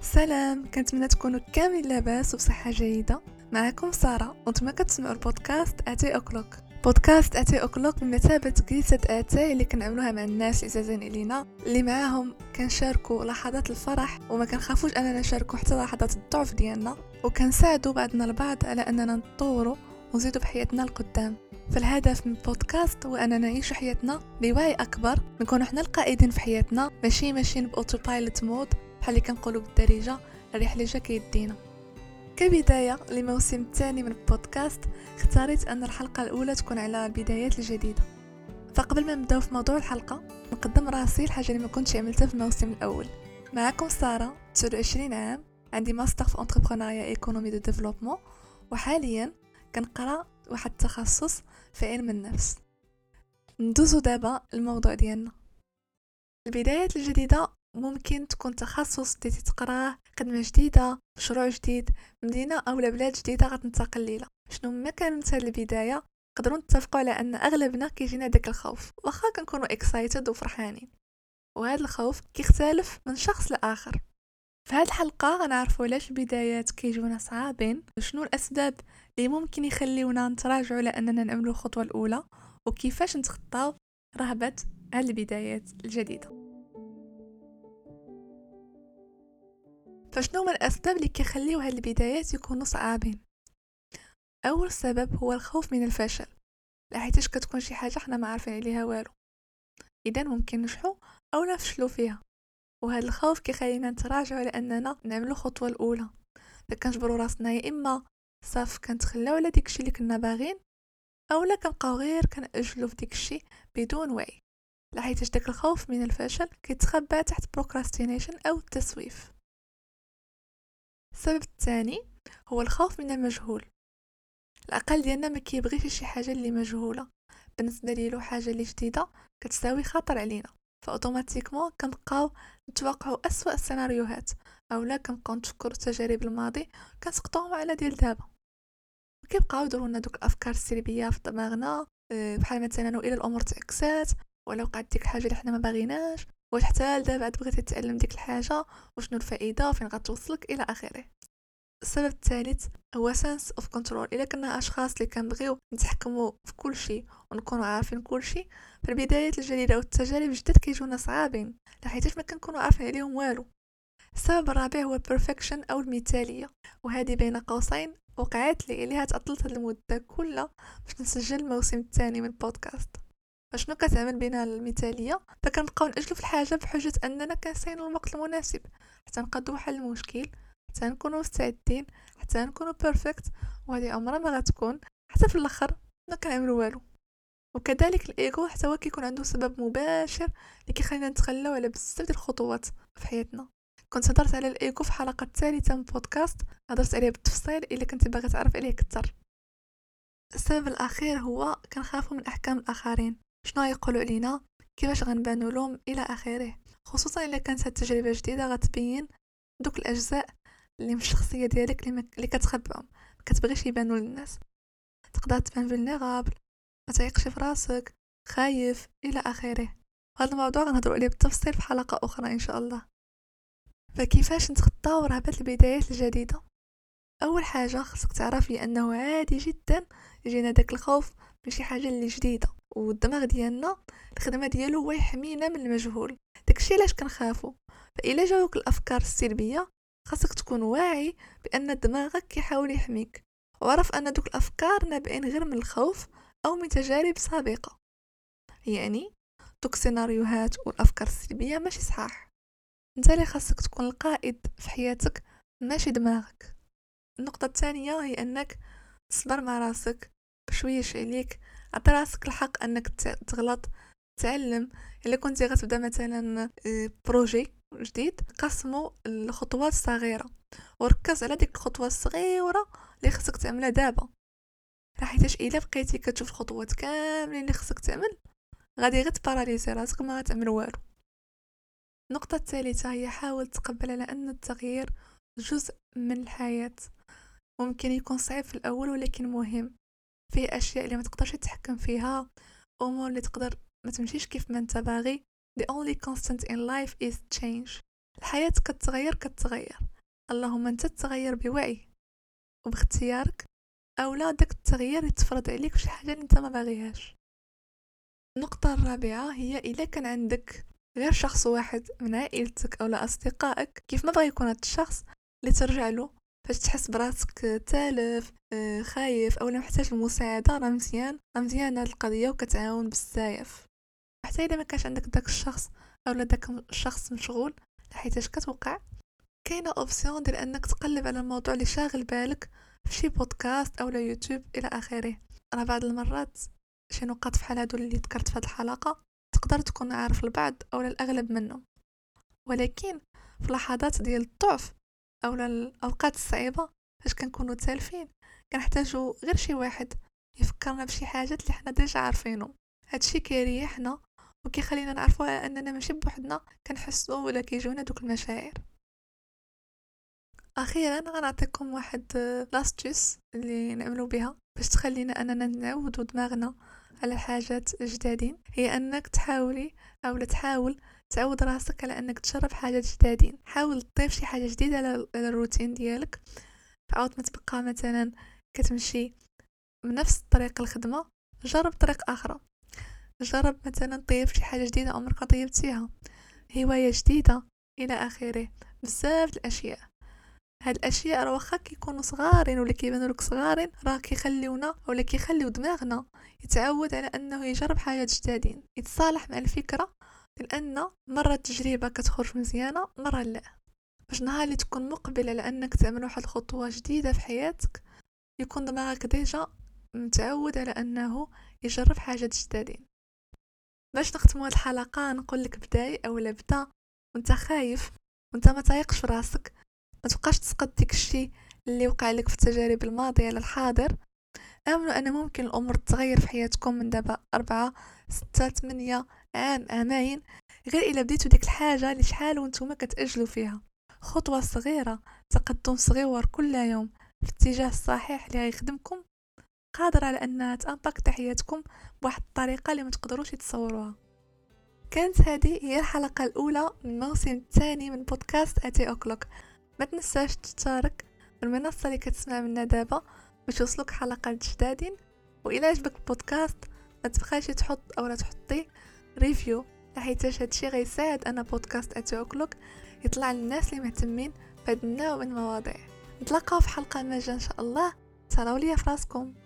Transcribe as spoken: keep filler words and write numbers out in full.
سلام، كنتمنى تكونوا كامل لاباس وبصحة جيدة. معكم سارة وانتم كتسمعوا البودكاست اتي اوكلوك. بودكاست اتي اوكلوك بمثابة جلسة اتاي اللي كنعملوها مع الناس العزازين علينا، اللي معاهم كنشاركوا لحظات الفرح وما كنخافوش اننا نشاركوا حتى لحظات الضعف ديالنا، وكنساعدوا بعضنا البعض على اننا نطوروا ونزيدوا بحياتنا القدام. فالهدف من البودكاست هو اننا نعيش حياتنا بوعي اكبر، نكونوا حنا القائدين في حياتنا، ماشي ماشيين باوتو بايلوت مود بحال اللي كنقولوا بالدارجه الرحله جا كيدينا. كبدايه لموسم الثاني من البودكاست، اختاريت ان الحلقه الاولى تكون على البدايات الجديده. فقبل ما نبداو في موضوع الحلقه، نقدم راسي الحاجه اللي ما كنتش عملتها في الموسم الاول. معكم ساره، تسعة وعشرين عام، عندي ماستر في انتربرونيا ايكونومي دو ديفلوبمون، وحاليا كنقرا واحد التخصص في علم النفس. ندوزو دابا الموضوع ديالنا. البدايات الجديده ممكن تكون تخصص ديتي تقراه، خدمه جديده، مشروع جديد، مدينه او بلاد جديده غتنتقل ليها. شنو ما كانت هذه البدايه، نقدروا نتفقوا على ان اغلبنا كيجينا داك الخوف، واخا كنكونوا اكسايتد وفرحانين، وهذا الخوف كيختلف من شخص لاخر. في هذه الحلقه غنعرفوا علاش البدايات كيجونا صعابين، وشنو الاسباب اللي ممكن يخليونا نتراجعوا على اننا نعملوا الخطوه الاولى، وكيفاش نتخطاو رهبه هذه البدايات الجديده. فشنو هما الاسباب اللي كيخليو هاد البدايات يكونوا صعابين؟ اول سبب هو الخوف من الفشل، لحيتاش كتكون شي حاجه حنا ما عارفين عليها والو، اذا ممكن نجحوا او نفشلوا فيها، وهذا الخوف كيخلينا نتراجعوا على اننا نعملوا الخطوه الاولى. فكنجبروا راسنا يا اما صاف كنتخلاو على داكشي اللي كنا باغين، اولا كنبقاو غير كنأجلوا في داكشي بدون وعي، لحيتاش داك الخوف من الفشل كيتخبى تحت procrastination او التسويف. السبب الثاني هو الخوف من المجهول. العقل ديالنا ما كيبغيش شي حاجه اللي مجهوله، بالنسبه ليه حاجه اللي جديده كتساوي خطر علينا، فاوتوماتيكمون كنبقاو نتوقعوا اسوأ السيناريوهات، اولا كنبقاو نتفكروا تجارب الماضي كنسقطوهم على ديال دابا، وكيبقاو يدوروا لنا دوك الافكار السلبيه في دماغنا، بحال مثلا الى الامور تعكسات، ولا وقعت ديك الحاجه اللي حنا ما باغيناش، واش حتى دابا عاد بغيتي تتعلم ديك الحاجه، وشنو الفائده، فين غتوصلك، الى اخره. السبب الثالث هو sense of control. إلا كنا أشخاص اللي كنبغيو نتحكموا في كل شيء ونكونوا عارفين كل شيء، فالبدايات الجديدة والتجارب الجدد كيجونا صعابين، لحيتاش ما كنكونوا عارفين عليهم والو. السبب الرابع هو perfection أو المثالية، وهذه بين قوسين وقعت لي اللي هتعطلت هاد المدة كلها باش نسجل الموسم الثاني من البودكاست. فشنو كتعمل بنا المثالية؟ فكنبقاو نأجلوا في الحاجة بحجة أننا كنساينوا الوقت المناسب حتى نقدروا حل المشكل، حتى نكونوا مستعدين، حتى نكونوا بيرفكت، وهذه عمرها ما غتكون، حتى في الاخر ما كنعملوا والو. وكذلك الايغو حتى هو كيكون عنده سبب مباشر اللي كيخلينا نتخلاو على بزاف ديال الخطوات في حياتنا. كنت هضرت على الايغو في الحلقه الثالثه من بودكاست، هضرت عليه بالتفصيل الا كنت باغي تعرف عليه اكثر. السبب الاخير هو كنخافوا من احكام الاخرين، شنو يقولوا علينا، كيفاش غنبانوا لهم، الى اخره، خصوصا الا كانت التجربه جديده غتبين دوك الاجزاء اللي من الشخصيه ديالك اللي, مك... اللي كتخبعهم، ما كتبغيش يبانوا للناس، تقدر تبان فولنيرابل، ما تعيقش في راسك، خايف، الى اخره. هذا الموضوع غنهضروا عليه بالتفصيل في حلقه اخرى ان شاء الله. فكيفاش نتخطاو رهبه البدايات الجديده؟ اول حاجه خصك تعرفي انه عادي جدا يجينا داك الخوف من شي حاجه اللي جديده، والدماغ ديالنا الخدمه ديالو هو يحمينا من المجهول. داكشي علاش كنخافوا. فإلا جاوك الافكار السلبيه خاصك تكون واعي بان دماغك كيحاول يحميك، وعرف ان دوك الافكار نابعين غير من الخوف او من تجارب سابقه، يعني دوك السيناريوهات والافكار السلبيه ماشي صحاح. انت اللي خاصك تكون القائد في حياتك ماشي دماغك. النقطه الثانيه هي انك تصبر مع راسك بشويش عليك، عطي راسك الحق انك تغلط، تعلم. الا كنتي غتبدا مثلا بروجي جديد، قسموا الخطوات الصغيره وركز على ديك الخطوه الصغيره اللي خصك تعملها دابا، حيتاش الا بقيتي كتشوف الخطوات كاملين اللي خصك تعمل غادي غير تباراليزي راسك ما غتعمل والو. النقطه الثالثه هي حاول تقبل على ان التغيير جزء من الحياه، ممكن يكون صعب في الاول ولكن مهم. فيه اشياء اللي ما تقدرش تتحكم فيها، امور اللي تقدر ما تمشيش كيف ما انت باغي. the only constant in life is change. الحياه كتغير كتغير اللهم انت تتغير بوعي وباختيارك، او لا داك التغيير يتفرض عليك في شي حاجه اللي انت ما باغيهاش. النقطه الرابعه هي الا كان عندك غير شخص واحد من عائلتك او لا اصدقائك، كيف ما بغى يكون هذا الشخص اللي ترجع له فاش تحس براسك تالف، آه، خايف او لا محتاج المساعده، راه مزيان راه مزيان هاد القضيه وكتعاون بزاف. حتى اذا ما كانش عندك داك الشخص او لا داك الشخص مشغول، حيت اش كتوقع كاينه اوبسيون ديال انك تقلب على الموضوع اللي شاغل بالك في شي بودكاست او لا يوتيوب الى اخره. راه بعض المرات شي نقاط بحال هادو اللي ذكرت في هذه الحلقه تقدر تكون عارف البعض او الاغلب منه، ولكن في لحظات ديال الضعف او الاوقات الصعيبه فاش كنكونوا تالفين كنحتاجوا غير شي واحد يفكرنا بشي حاجات اللي حنا ديجا عارفينهم. هادشي كيريحنا وكيخلينا نعرفوا اننا ماشي بوحدنا كنحسوا ولا كيجونا دوك المشاعر. اخيرا غنعطيكم واحد لاستيوس اللي نعملوا بها باش تخلينا اننا نعودوا دماغنا على حاجات جدادين، هي انك تحاولي او تحاول تعود راسك على انك تجرب حاجات جدادين. حاول تضيف شي حاجه جديده على الروتين ديالك، فعاود ما تبقى مثلا كتمشي بنفس طريق الخدمه، جرب طريق اخرى، جرب مثلا تضيف شي حاجه جديده عمرك طيبتيها، هوايه جديده الى اخره. بزاف الاشياء، هاد الاشياء راه واخا كيكونوا صغارين ولا كيبانوا لك صغارين راه كيخليونا ولا كيخليو دماغنا يتعود على انه يجرب حاجات جدادين، يتصالح مع الفكره، لان مره التجربه كتخرج مزيانه مره لا. باش نهار اللي تكون مقبل على انك تعمل واحد الخطوه جديده في حياتك يكون دماغك ديجا متعود على انه يجرب حاجات جدادين. باش نختموا هاد الحلقه نقول لك بداي او لا بدا وانت خايف وانت ما تايقش في راسك، ما تبقاش تسقط ديك الشيء اللي وقع لك في التجارب الماضيه على الحاضر. امنوا ان ممكن الامور تتغير في حياتكم من دابا أربعة ستة ثمانية عام عامين، غير الا بديتوا ديك الحاجه اللي شحال وانتم كتاجلوا فيها. خطوه صغيره، تقدم صغير كل يوم في الاتجاه الصحيح اللي غيخدمكم، قادر على انها تامباكت حياتكم بواحد الطريقه اللي ما تقدروش تتصوروها. كانت هذه هي الحلقه الاولى من الموسم الثاني من بودكاست اتي اوكلوك. ما تنساش تشترك في المنصه اللي كتسمع منها دابا باش يوصلوك حلقات جدادين، والى عجبك البودكاست ما تبقاش تحط او تحطي ريفيو، حيت هادشي غيساعد انا بودكاست اتي اوكلوك يطلع للناس اللي مهتمين بهذا النوع من المواضيع. نتلاقاو في حلقه ما جا ان شاء الله. تراو ليا في راسكم.